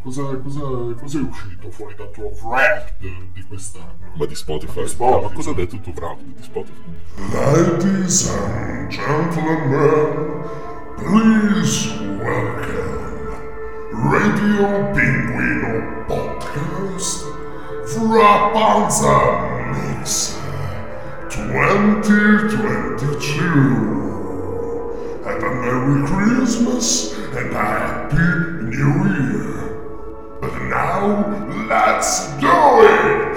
Cosa è uscito fuori dal tuo Wrapped di quest'anno? Ma di Spotify? Spotify. Ma cosa ha detto il tuo Wrapped di Spotify? Ladies and gentlemen, please welcome Radio Pinguino Podcast Frappanza Mix 2022. And a Merry Christmas and a Happy New Year. But now, let's do it!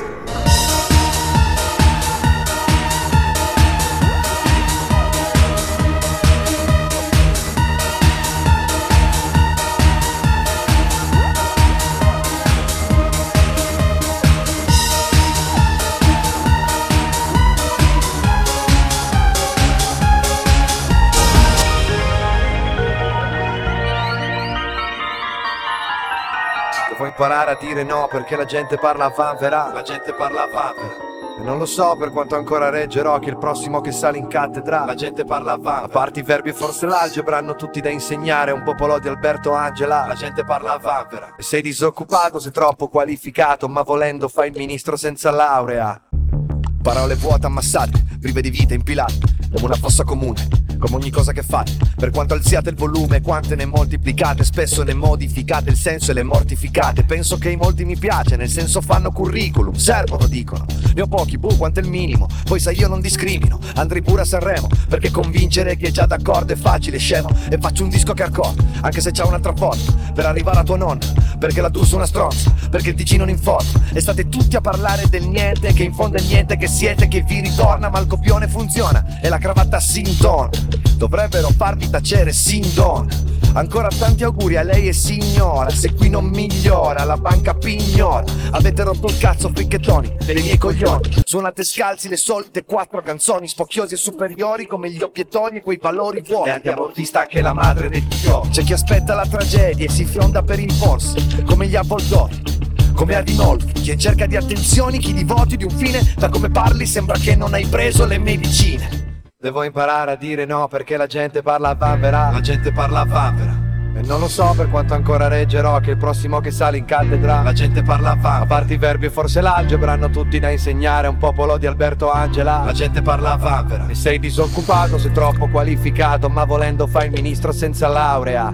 Devo imparare a dire no perché la gente parla a vanvera. La gente parla a vanvera. E non lo so per quanto ancora reggerò che il prossimo che sale in cattedra. La gente parla a vanvera. A parte i verbi e forse l'algebra hanno tutti da insegnare. Un popolo di Alberto Angela. La gente parla a vanvera. E sei disoccupato, sei troppo qualificato, ma volendo fai il ministro senza laurea. Parole vuote ammassate, prive di vita impilate, come una fossa comune, come ogni cosa che fate. Per quanto alziate il volume, quante ne moltiplicate, spesso ne modificate il senso e le mortificate. Penso che i molti mi piace, nel senso fanno curriculum, servono dicono. Ne ho pochi, quanto è il minimo, poi sai io non discrimino. Andrei pure a Sanremo, perché convincere chi è già d'accordo è facile, scemo. E faccio un disco che accorda, anche se c'ha un'altra volta, per arrivare a tua nonna, perché la tua è una stronza, perché il Ticino non informa. E state tutti a parlare del niente, che in fondo è niente che siete, che vi ritorna, ma il copione funziona e la cravatta si intona. Dovrebbero farvi tacere Sindon. Ancora tanti auguri a lei e signora. Se qui non migliora, la banca pignora. Avete rotto il cazzo fricchettoni dei miei coglioni. Suonate scalzi le solite 4 canzoni, spocchiosi e superiori come gli obbiettoni e quei valori vuoti. E andiamo vista anche la madre degli giochi. C'è chi aspetta la tragedia e si fionda per imporsi, come gli avvoldori, come Adinolfi, chi cerca di attenzioni, chi di voti di un fine. Da come parli sembra che non hai preso le medicine. Devo imparare a dire no perché la gente parla a vanvera. La gente parla a vanvera. E non lo so per quanto ancora reggerò che il prossimo che sale in cattedra. La gente parla a vanvera. A parte i verbi e forse l'algebra hanno tutti da insegnare. Un popolo di Alberto Angela. La gente parla a vanvera. E sei disoccupato, sei troppo qualificato, ma volendo fai il ministro senza laurea.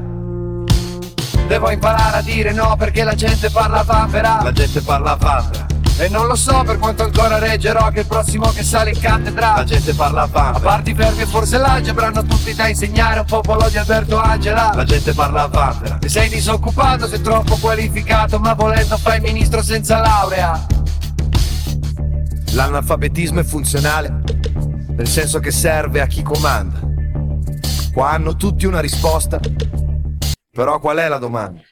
Devo imparare a dire no perché la gente parla a vanvera. La gente parla a vanvera. E non lo so per quanto ancora reggerò che il prossimo che sale in cattedra. La gente parla a vanvera. A parte i verbi e forse l'algebra hanno tutti da insegnare. Un popolo di Alberto Angela. La gente parla a vanvera. E sei disoccupato, sei troppo qualificato, ma volendo fai il ministro senza laurea. L'analfabetismo è funzionale, nel senso che serve a chi comanda. Qua hanno tutti una risposta, però qual è la domanda?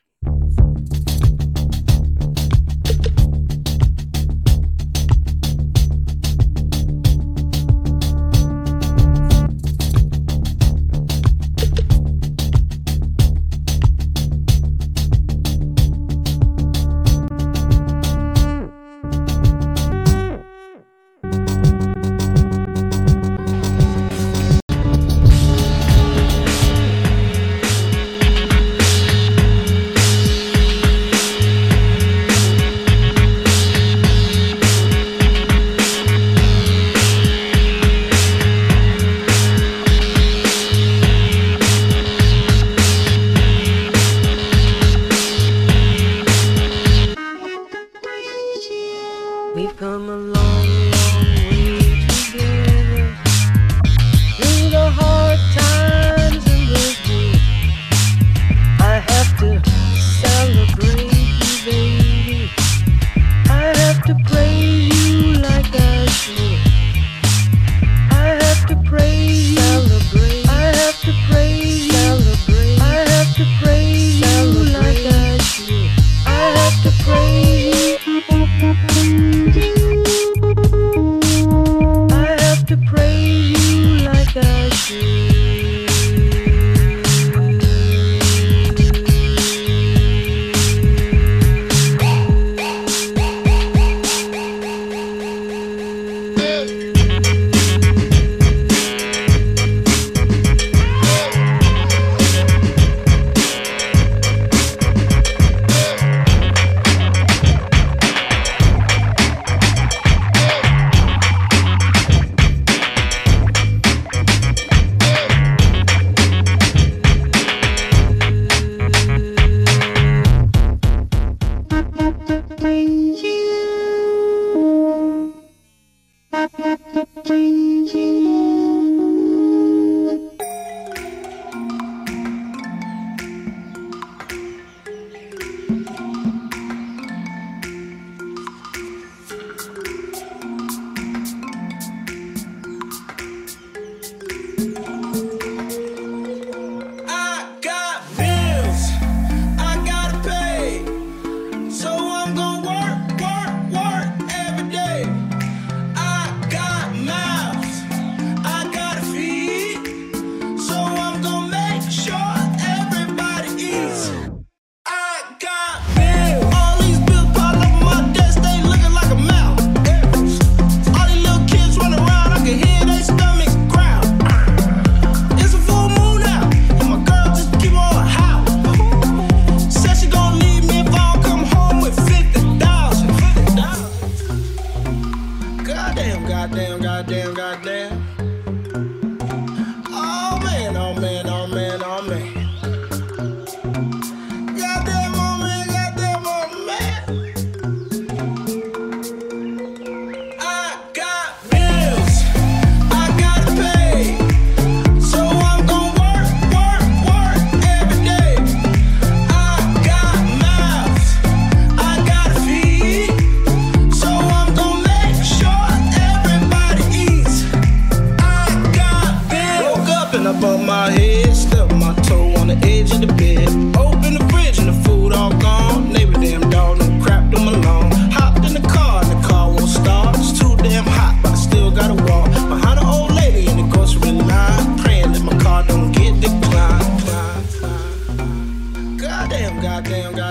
We've come a long, long way together, through the hard times and the good. I have to celebrate you, baby. I have to praise you like I should. I have to praise you, celebrate. I have to praise you, celebrate. I have to praise you like I should. I have to praise you.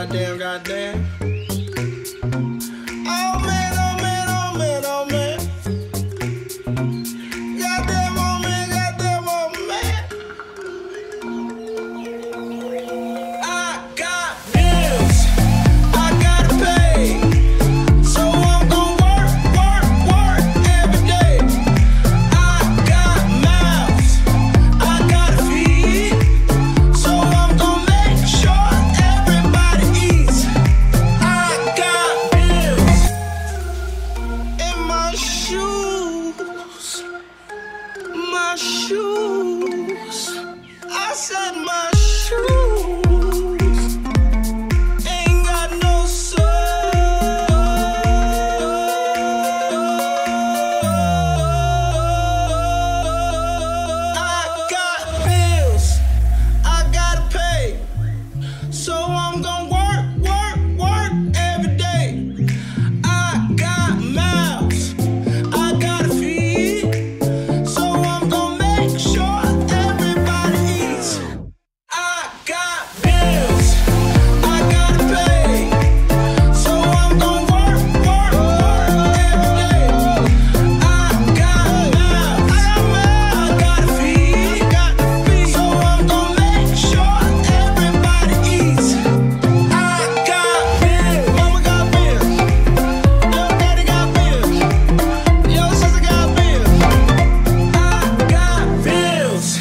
goddamn, goddamn. Oh man, oh man, oh man, oh man. Goddamn, oh man, goddamn, oh man. I got bills I gotta pay, so I'm gonna work every day. I got mouths I gotta feed, so I'm gonna make sure everybody eats. I got bills in my shoes, my shoes. I said my shoes ain't got no soul. I got bills I gotta pay, so I'm gonna work every day. I got mouths I gotta feed, so I'm gonna make sure everybody eats. I got bills I gotta pay, so I'm gonna work every day. I got mouths I gotta feed, so I'm gonna make sure everybody eats. I got bills, mama got bills, your daddy got bills, your sister got bills. I got bills.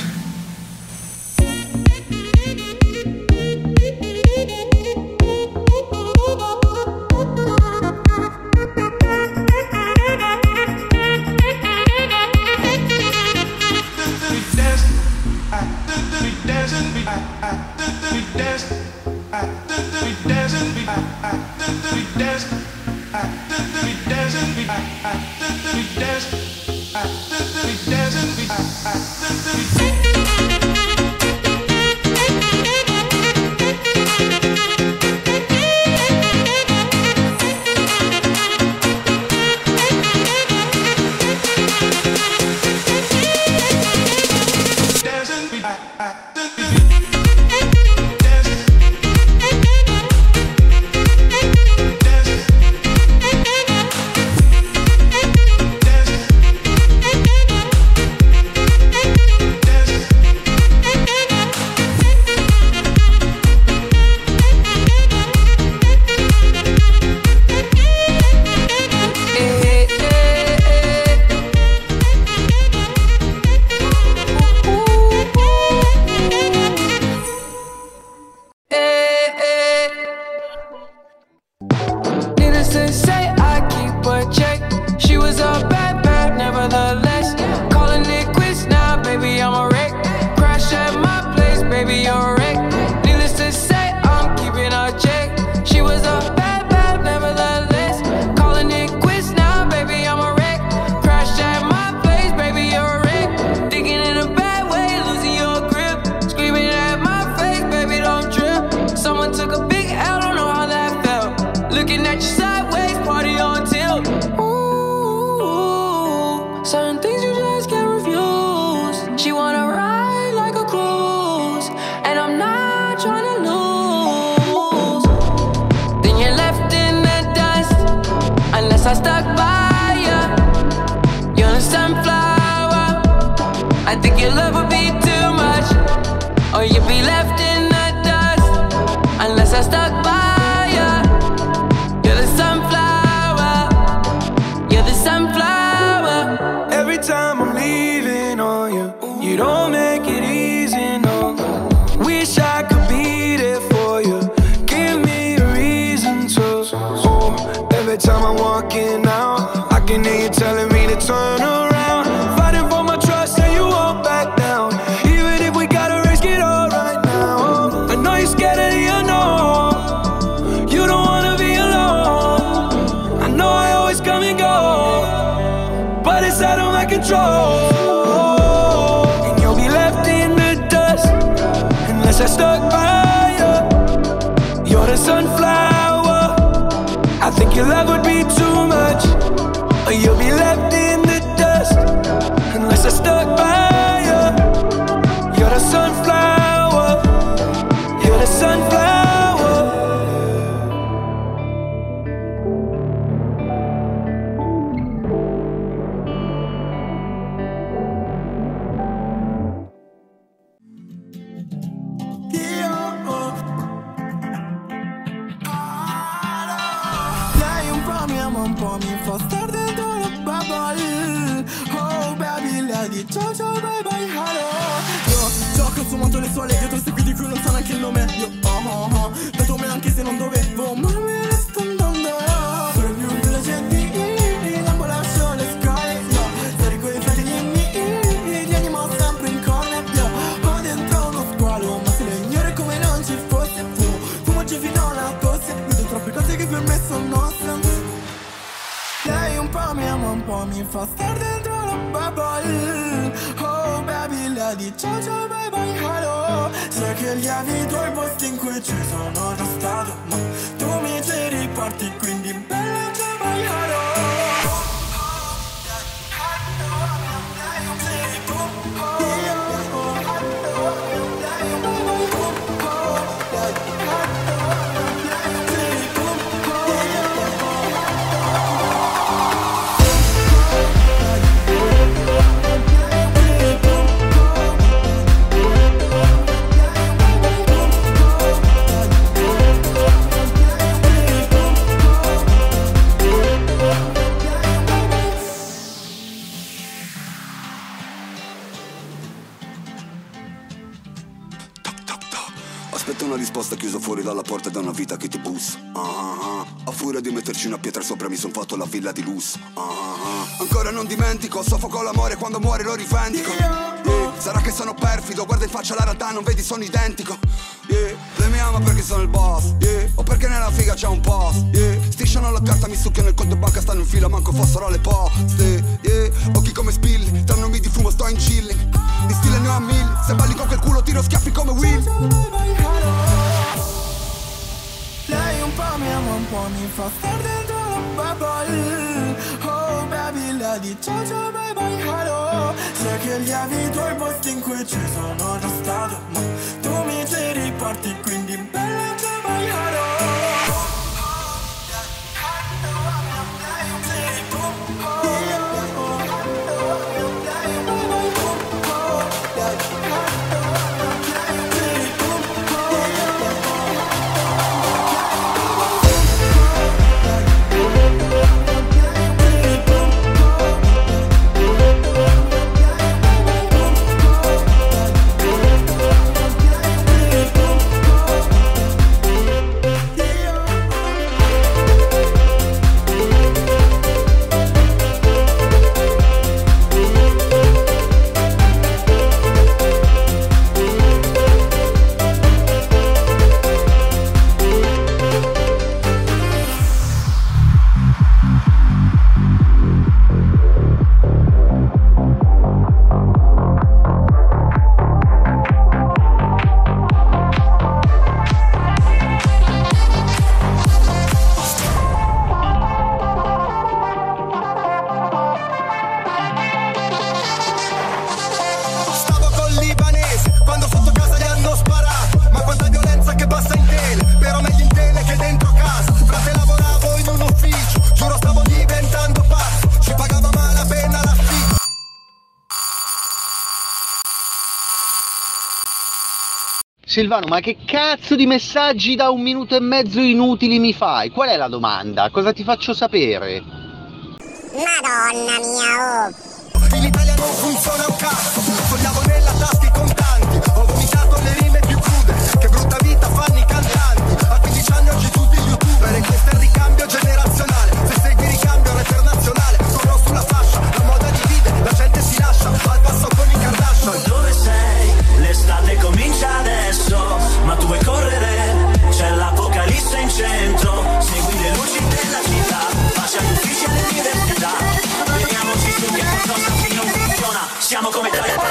Needless to say, I keep a check. She was a bad, nevertheless. Calling it quits now, baby, I'm a wreck. Crash at my place, baby, you're a wreck. Needless to say, I'm keeping a check. She was a bad, nevertheless. Calling it quits now, baby, I'm a wreck. Crash at my place, baby, you're a wreck. Thinking in a bad way, losing your grip. Screaming at my face, baby, don't trip. Someone took a big L, don't know how that felt. Looking at you sideways, party on tilt. Ooh, certain things you just can't refuse. She wanna ride like a cruise, and I'm not trying to lose. Then you're left in the dust, unless I stuck by you. You're a sunflower. I think your love would be too much, or you'd be left in the dust, unless I stuck by you. You're the sunflower. You're the sunflower. Every time I'm leaving on you, you don't make it easy, no. Wish I could be there for you. Give me a reason to. Oh, every time I'm walking out, I can hear you telling me to turn around. Fighting for my trust and you won't back down. Even if we gotta risk it all right now. I know you're scared of the unknown. You don't wanna be alone. I know I always come and go, but it's out of my control. And you'll be left in the dust, unless I stuck by you. You're the sunflower. I think your love would be too much, or you'll be left in the dust, unless I stuck by you. You're the sunflower. You're the sunflower. po' mi fa star dentro la bubble. Oh baby lady, ciao ciao bye bye hello. Io già ho consumato le suole dietro questi qui di cui non so neanche il nome. Io dato me anche se non dovevo, ma me ne sto andando. Per più della gente, lambo lascio le scale. Stare con i fratelli miei, ti animo sempre in corner. Ho dentro uno squalo, ma se l'ignore come non ci fosse. Fumo ci fino alla tosse, vedo troppe cose che per me sono nonsense. Lei un po' mi ama, un po' mi fa star dentro la bubble. Oh baby lady, ciao ciao bye bye hello. Sai che lievito i posti in cui ci sono già stato, ma tu mi ci riparti, quindi bella ciao bye hello. Aspetta una risposta chiuso fuori dalla porta da una vita che ti bussa. A furia di metterci una pietra sopra mi son fatto la villa di lusso. Ancora non dimentico, soffoco l'amore quando muore lo rivendico. Sarà che sono perfido, guarda in faccia la realtà, non vedi sono identico. Lei mi ama perché sono il boss, o perché nella figa c'è un post. Strisciano la carta, mi succhiano il conto banca, stanno in fila, manco fossero le poste. Occhi come spilli, tra nomi di fumo sto in chilling. Di stile ne ho a mille, se balli con quel culo tiro schiaffi come Will. Lei un po' mi ama, un po' mi fa star dentro la bubble. Oh baby lady, ciao ciao bye bye hello. Sai che lievito i posti in cui ci sono già stato, ma tu mi ci riparti, quindi bella ciao bye hello. Silvano, ma che cazzo di messaggi da 1 minuto e mezzo inutili mi fai? Qual è la domanda? Cosa ti faccio sapere? Madonna mia, oh! In Italia non funziona un cazzo, sfogliavo nella tasca i contanti, ho vomitato le rime più crude, che brutta vita fanno i cantanti, a 15 anni oggi tutti youtuber e questo è il ricambio generazionale, se segui il ricambio internazionale, corro sulla fascia, la moda divide, la gente si lascia, al passo con i Kardashian. Dove sei? L'estate comincia adesso, ma tu vuoi correre, c'è l'apocalisse in centro, segui le luci della città, faccia gli uffici all'università, vediamoci su che cosa qui non funziona, siamo come dai a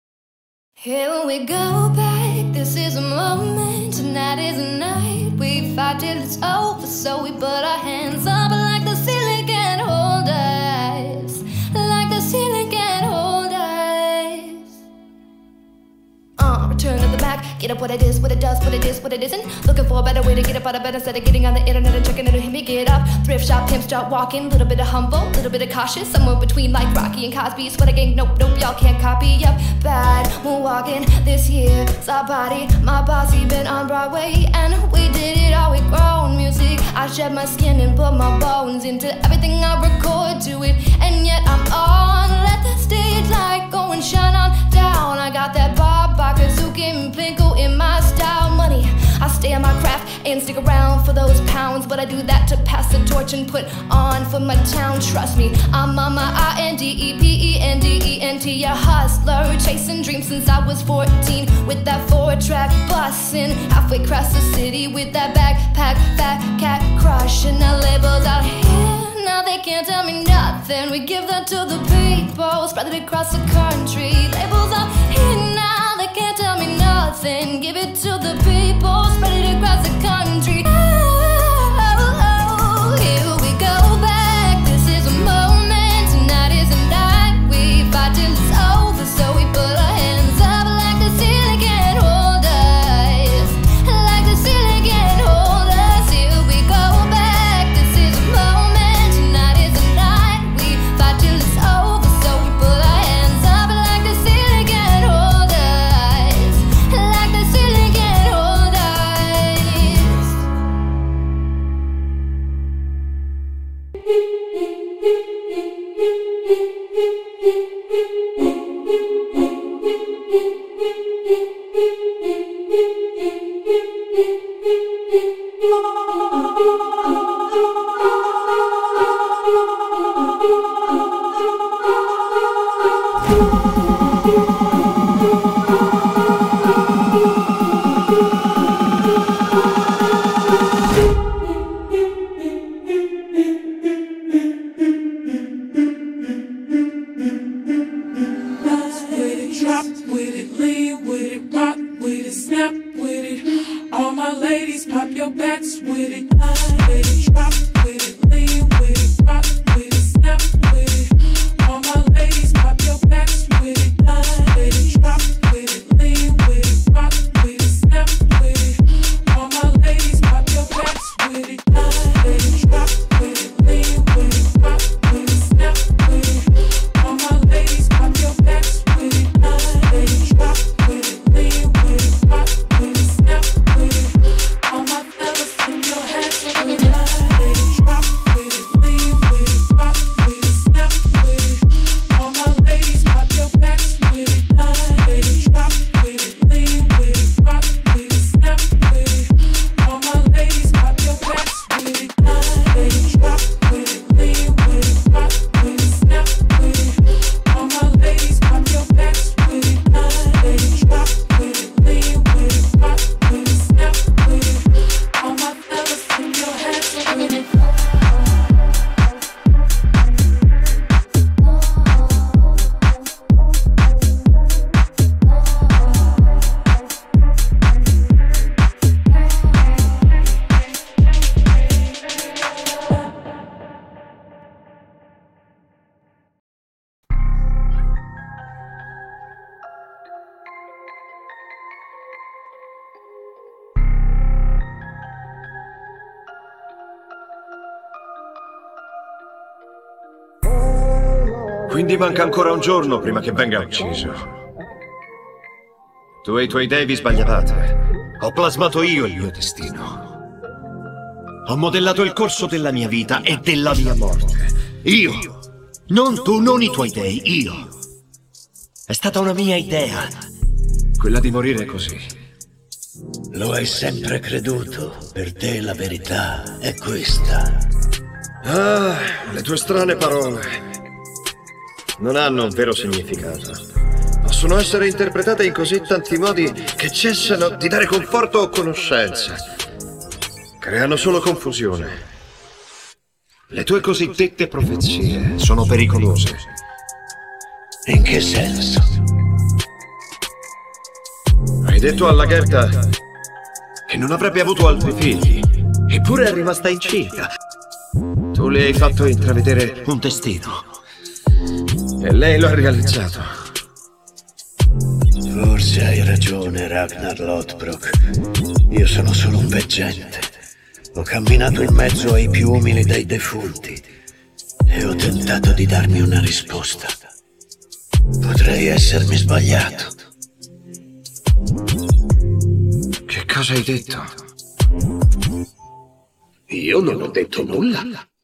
Here we go back, this is a moment, tonight is a night we fight till it's over, so we put our hands up like the ceiling can't hold us, like the ceiling can't hold us. Return to the back, get up what it is, what it does, what it is, what it isn't. Looking for a better way to get up out of bed instead of getting on the internet and checking it. Hit me, get up. Thrift shop, pimp, start walking. Little bit of humble, little bit of cautious. Somewhere between like Rocky and Cosby. Sweater gang, nope, y'all can't copy. Yep, bad moonwalking. This year's our body. My bossy been on Broadway, and we did it all with grown music. I shed my skin and put my bones into everything I record to it, and yet I'm on. Let the stage light go and shine on down. I got that Bob Barker, Zuki and Plinko in my style. Money, I stay on my craft and stick around for those pounds, but I do that to pass the torch and put on for my town. Trust me, I'm on my INDEPENDENT, a hustler, chasing dreams since I was 14, with that 4-track bussin', halfway across the city with that backpack, fat cat crushing the labels out here. Now they can't tell me nothing. We give that to the people, spread it across the country. Labels out here now, they can't tell me nothing. Give it to the people, spread it across the country. Oh, here we go back. This is a moment, tonight is a night. We fight till it's over, so we put our hands up like the ceiling can't hold us, like the ceiling can't hold us. Here we go back. This is a moment, tonight is a night. We fight till it's over, so we put our hands up like the ceiling can't hold us, like the ceiling can't hold us. Bounce with it, drop with it, lean with it, rock with it, snap with it. All my ladies, pop your backs with it. With it, drop with it, lean with it, rock with it, snap with it. All my ladies, pop your backs with it. With it, drop with it, lean with it, rock with it, snap with it. All my ladies, pop your backs with it. With it, drop with it, lean with it, rock with it, snap with it. All my ladies, pop your backs with it. With it, drop with it, lean with it, rock with it, snap with it. All my fellas, in your hands with it. With it, drop with it, lean with it, rock with it, snap with it. All my ladies, pop your backs with it. With it, drop with it, lean with it, rock with it, snap with it. All my ladies, pop your backs with it. With it, drop with it, lean with it, rock with it, snap with it. All my ladies, pop your backs with it. With it, drop with it, lean with it, rock with it, snap with it. All my fellas, in your hands with it. Quindi manca ancora un giorno prima che venga ucciso. Tu e i tuoi devi sbagliavate. Ho plasmato io il mio destino. Ho modellato il corso della mia vita e della mia morte. Io. Non tu, non i tuoi dei, io. È stata una mia idea, quella di morire così. Lo hai sempre creduto. Per te la verità è questa. Ah, le tue strane parole non hanno un vero significato. Possono essere interpretate in così tanti modi che cessano di dare conforto o conoscenza. Creano solo confusione. Le tue cosiddette profezie sono pericolose. In che senso? Hai detto alla Gerda che non avrebbe avuto altri figli. Eppure è rimasta incinta. Tu le hai fatto intravedere un destino. E lei lo ha realizzato. Forse hai ragione, Ragnar Lothbrok. Io sono solo un veggente. Ho camminato in mezzo ai più umili dei defunti e ho tentato di darmi una risposta. Potrei essermi sbagliato. Che cosa hai detto? Io non ho detto nulla.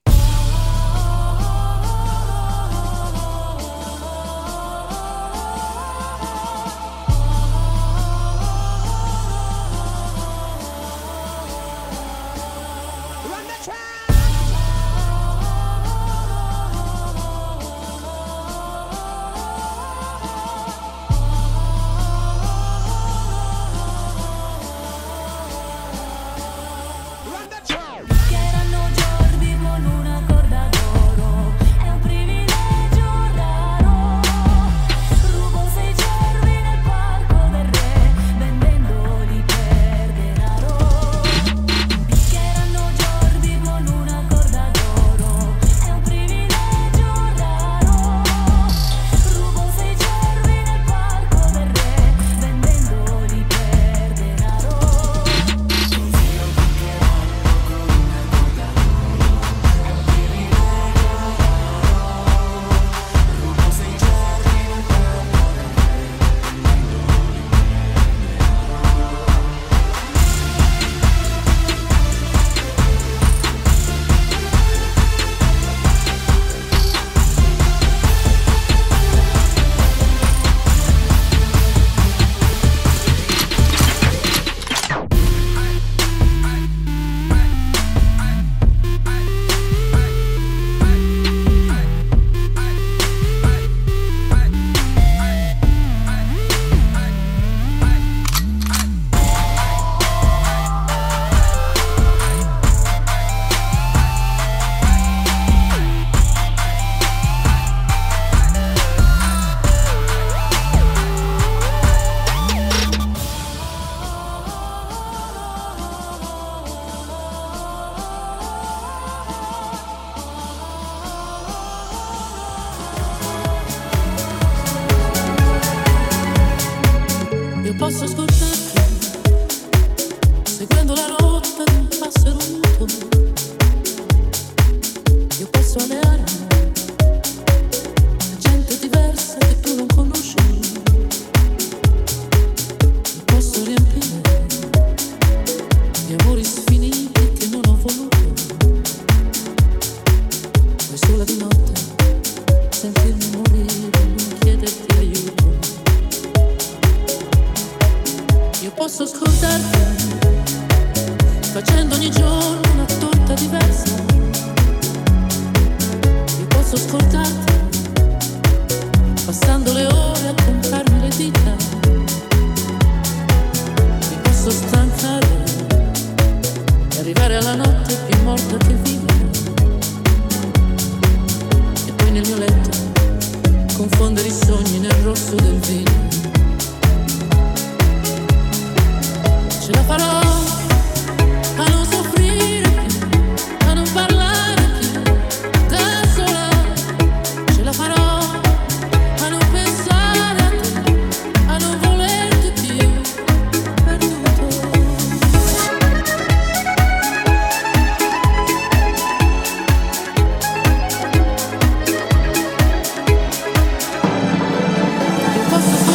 Posso ascoltarti, seguendo la rotta di un passero muto. Io posso allearmi a gente diversa che tu non conosci. Io posso riempire di amori sfiniti che non ho voluto. E sola di notte sentirmi morire, non chiederti aiuto. Io posso ascoltarti facendo ogni giorno una torta diversa. Io posso ascoltarti passando le ore a comprarmi le dita. Mi posso stancare e arrivare alla notte più morta che viva. E poi nel mio letto confondere i sogni nel rosso del vino. Ce la farò a non soffrire più, a non parlare più da sola. Ce la farò a non pensare a te, a non volerti più perduto. Io posso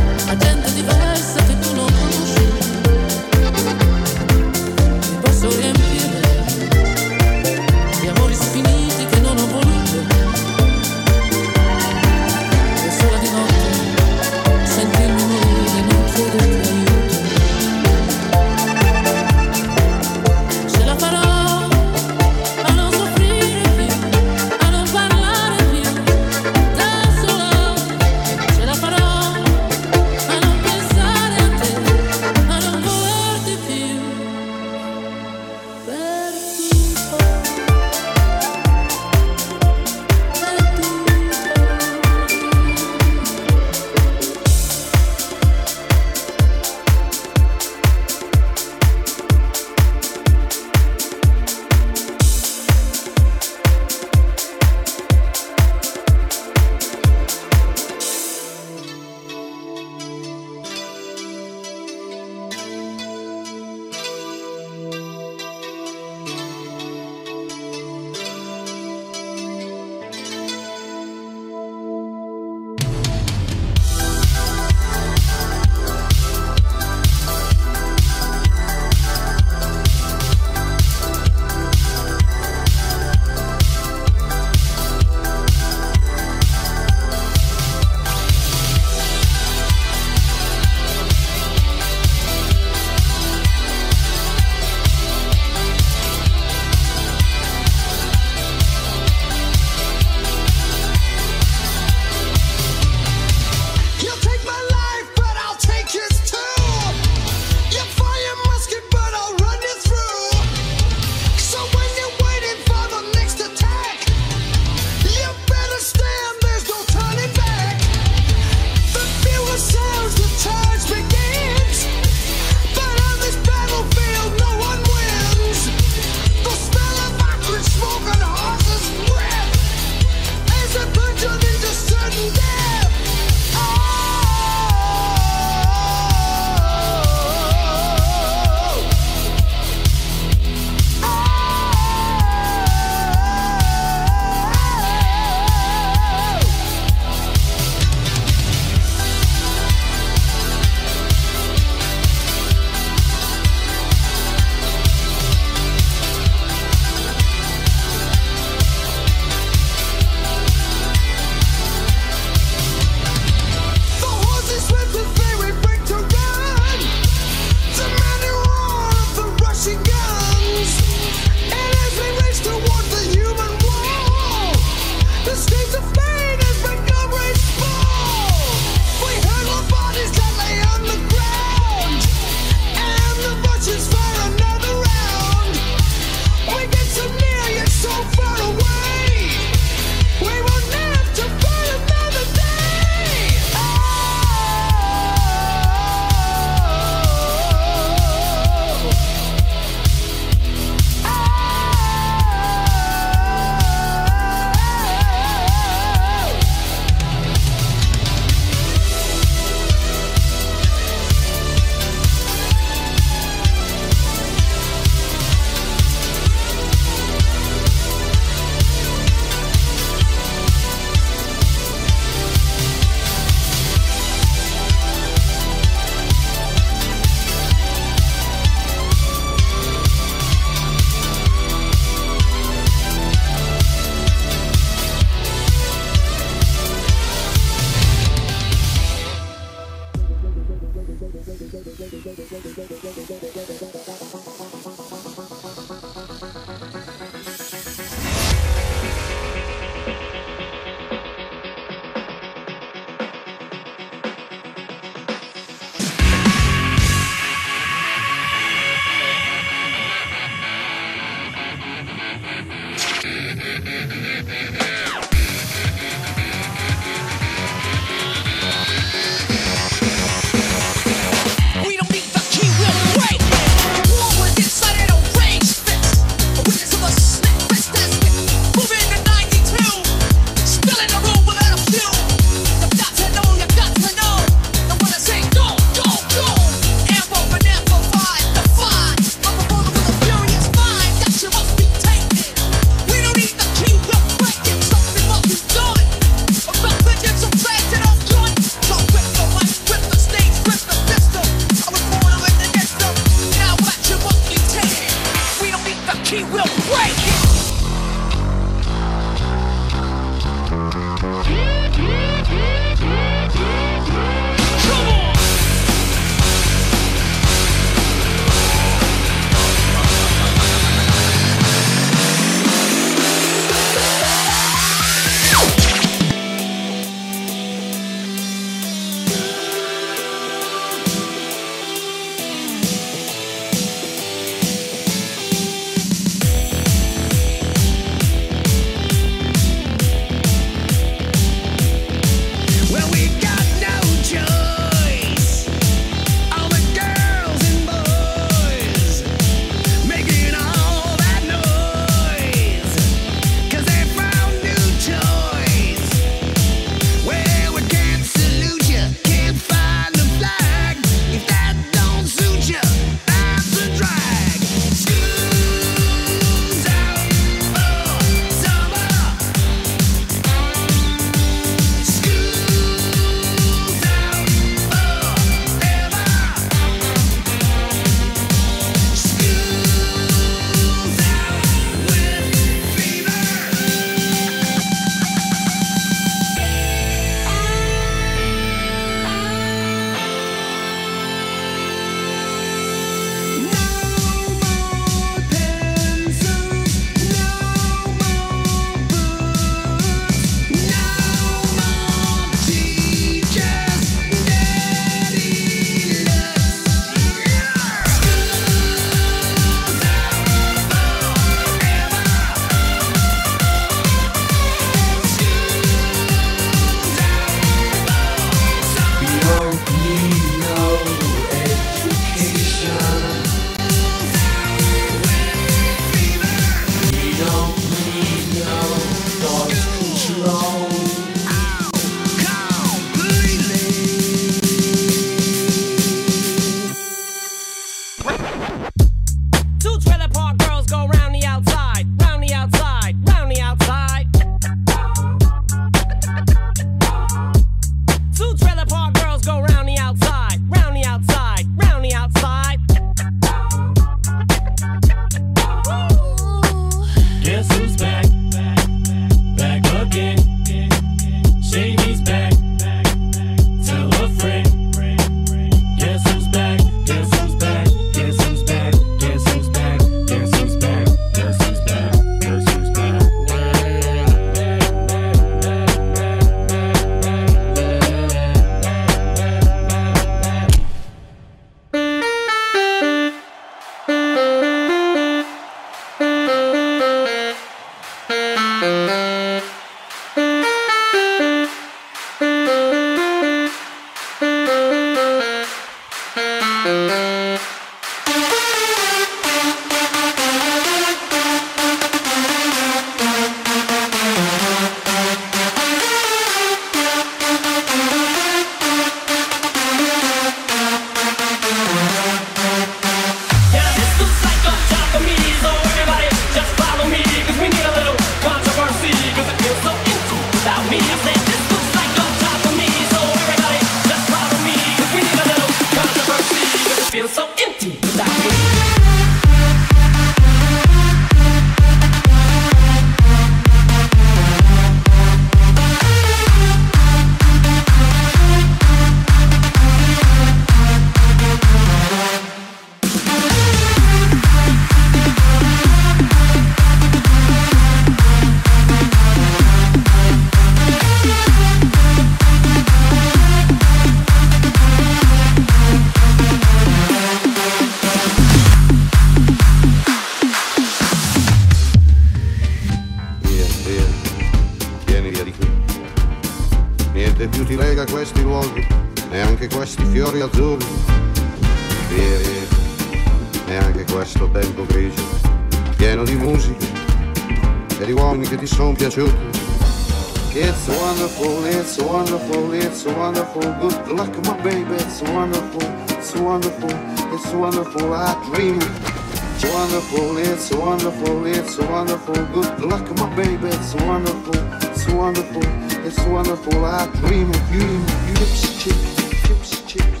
niente più ti lega a questi luoghi, neanche questi fiori azzurri. Via, neanche questo tempo grigio, pieno di musica e di uomini che ti sono piaciuti. It's wonderful, it's wonderful, it's wonderful, good luck my baby, it's wonderful, it's wonderful, it's wonderful, I dream. It's wonderful, it's wonderful, it's wonderful, good luck my baby, it's wonderful, it's wonderful, it's wonderful, I dream of you. Chips, chips, chips, chips.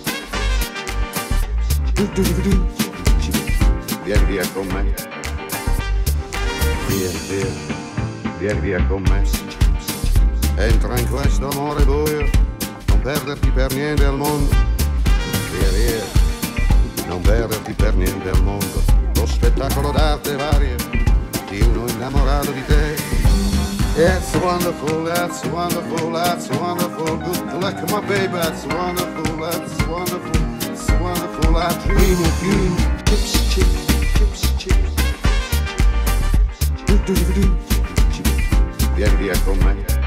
Vieni via con me. Vieni via con me. Entra in questo amore buio, non perderti per niente al mondo. Via, non perderti per niente al mondo. Lo spettacolo d'arte varia di uno innamorato di te. It's wonderful, that's wonderful, that's wonderful. Good luck my baby, that's wonderful, that's wonderful, that's wonderful. I dream of you. Chips, chips, chips, chips. Vieni via con me.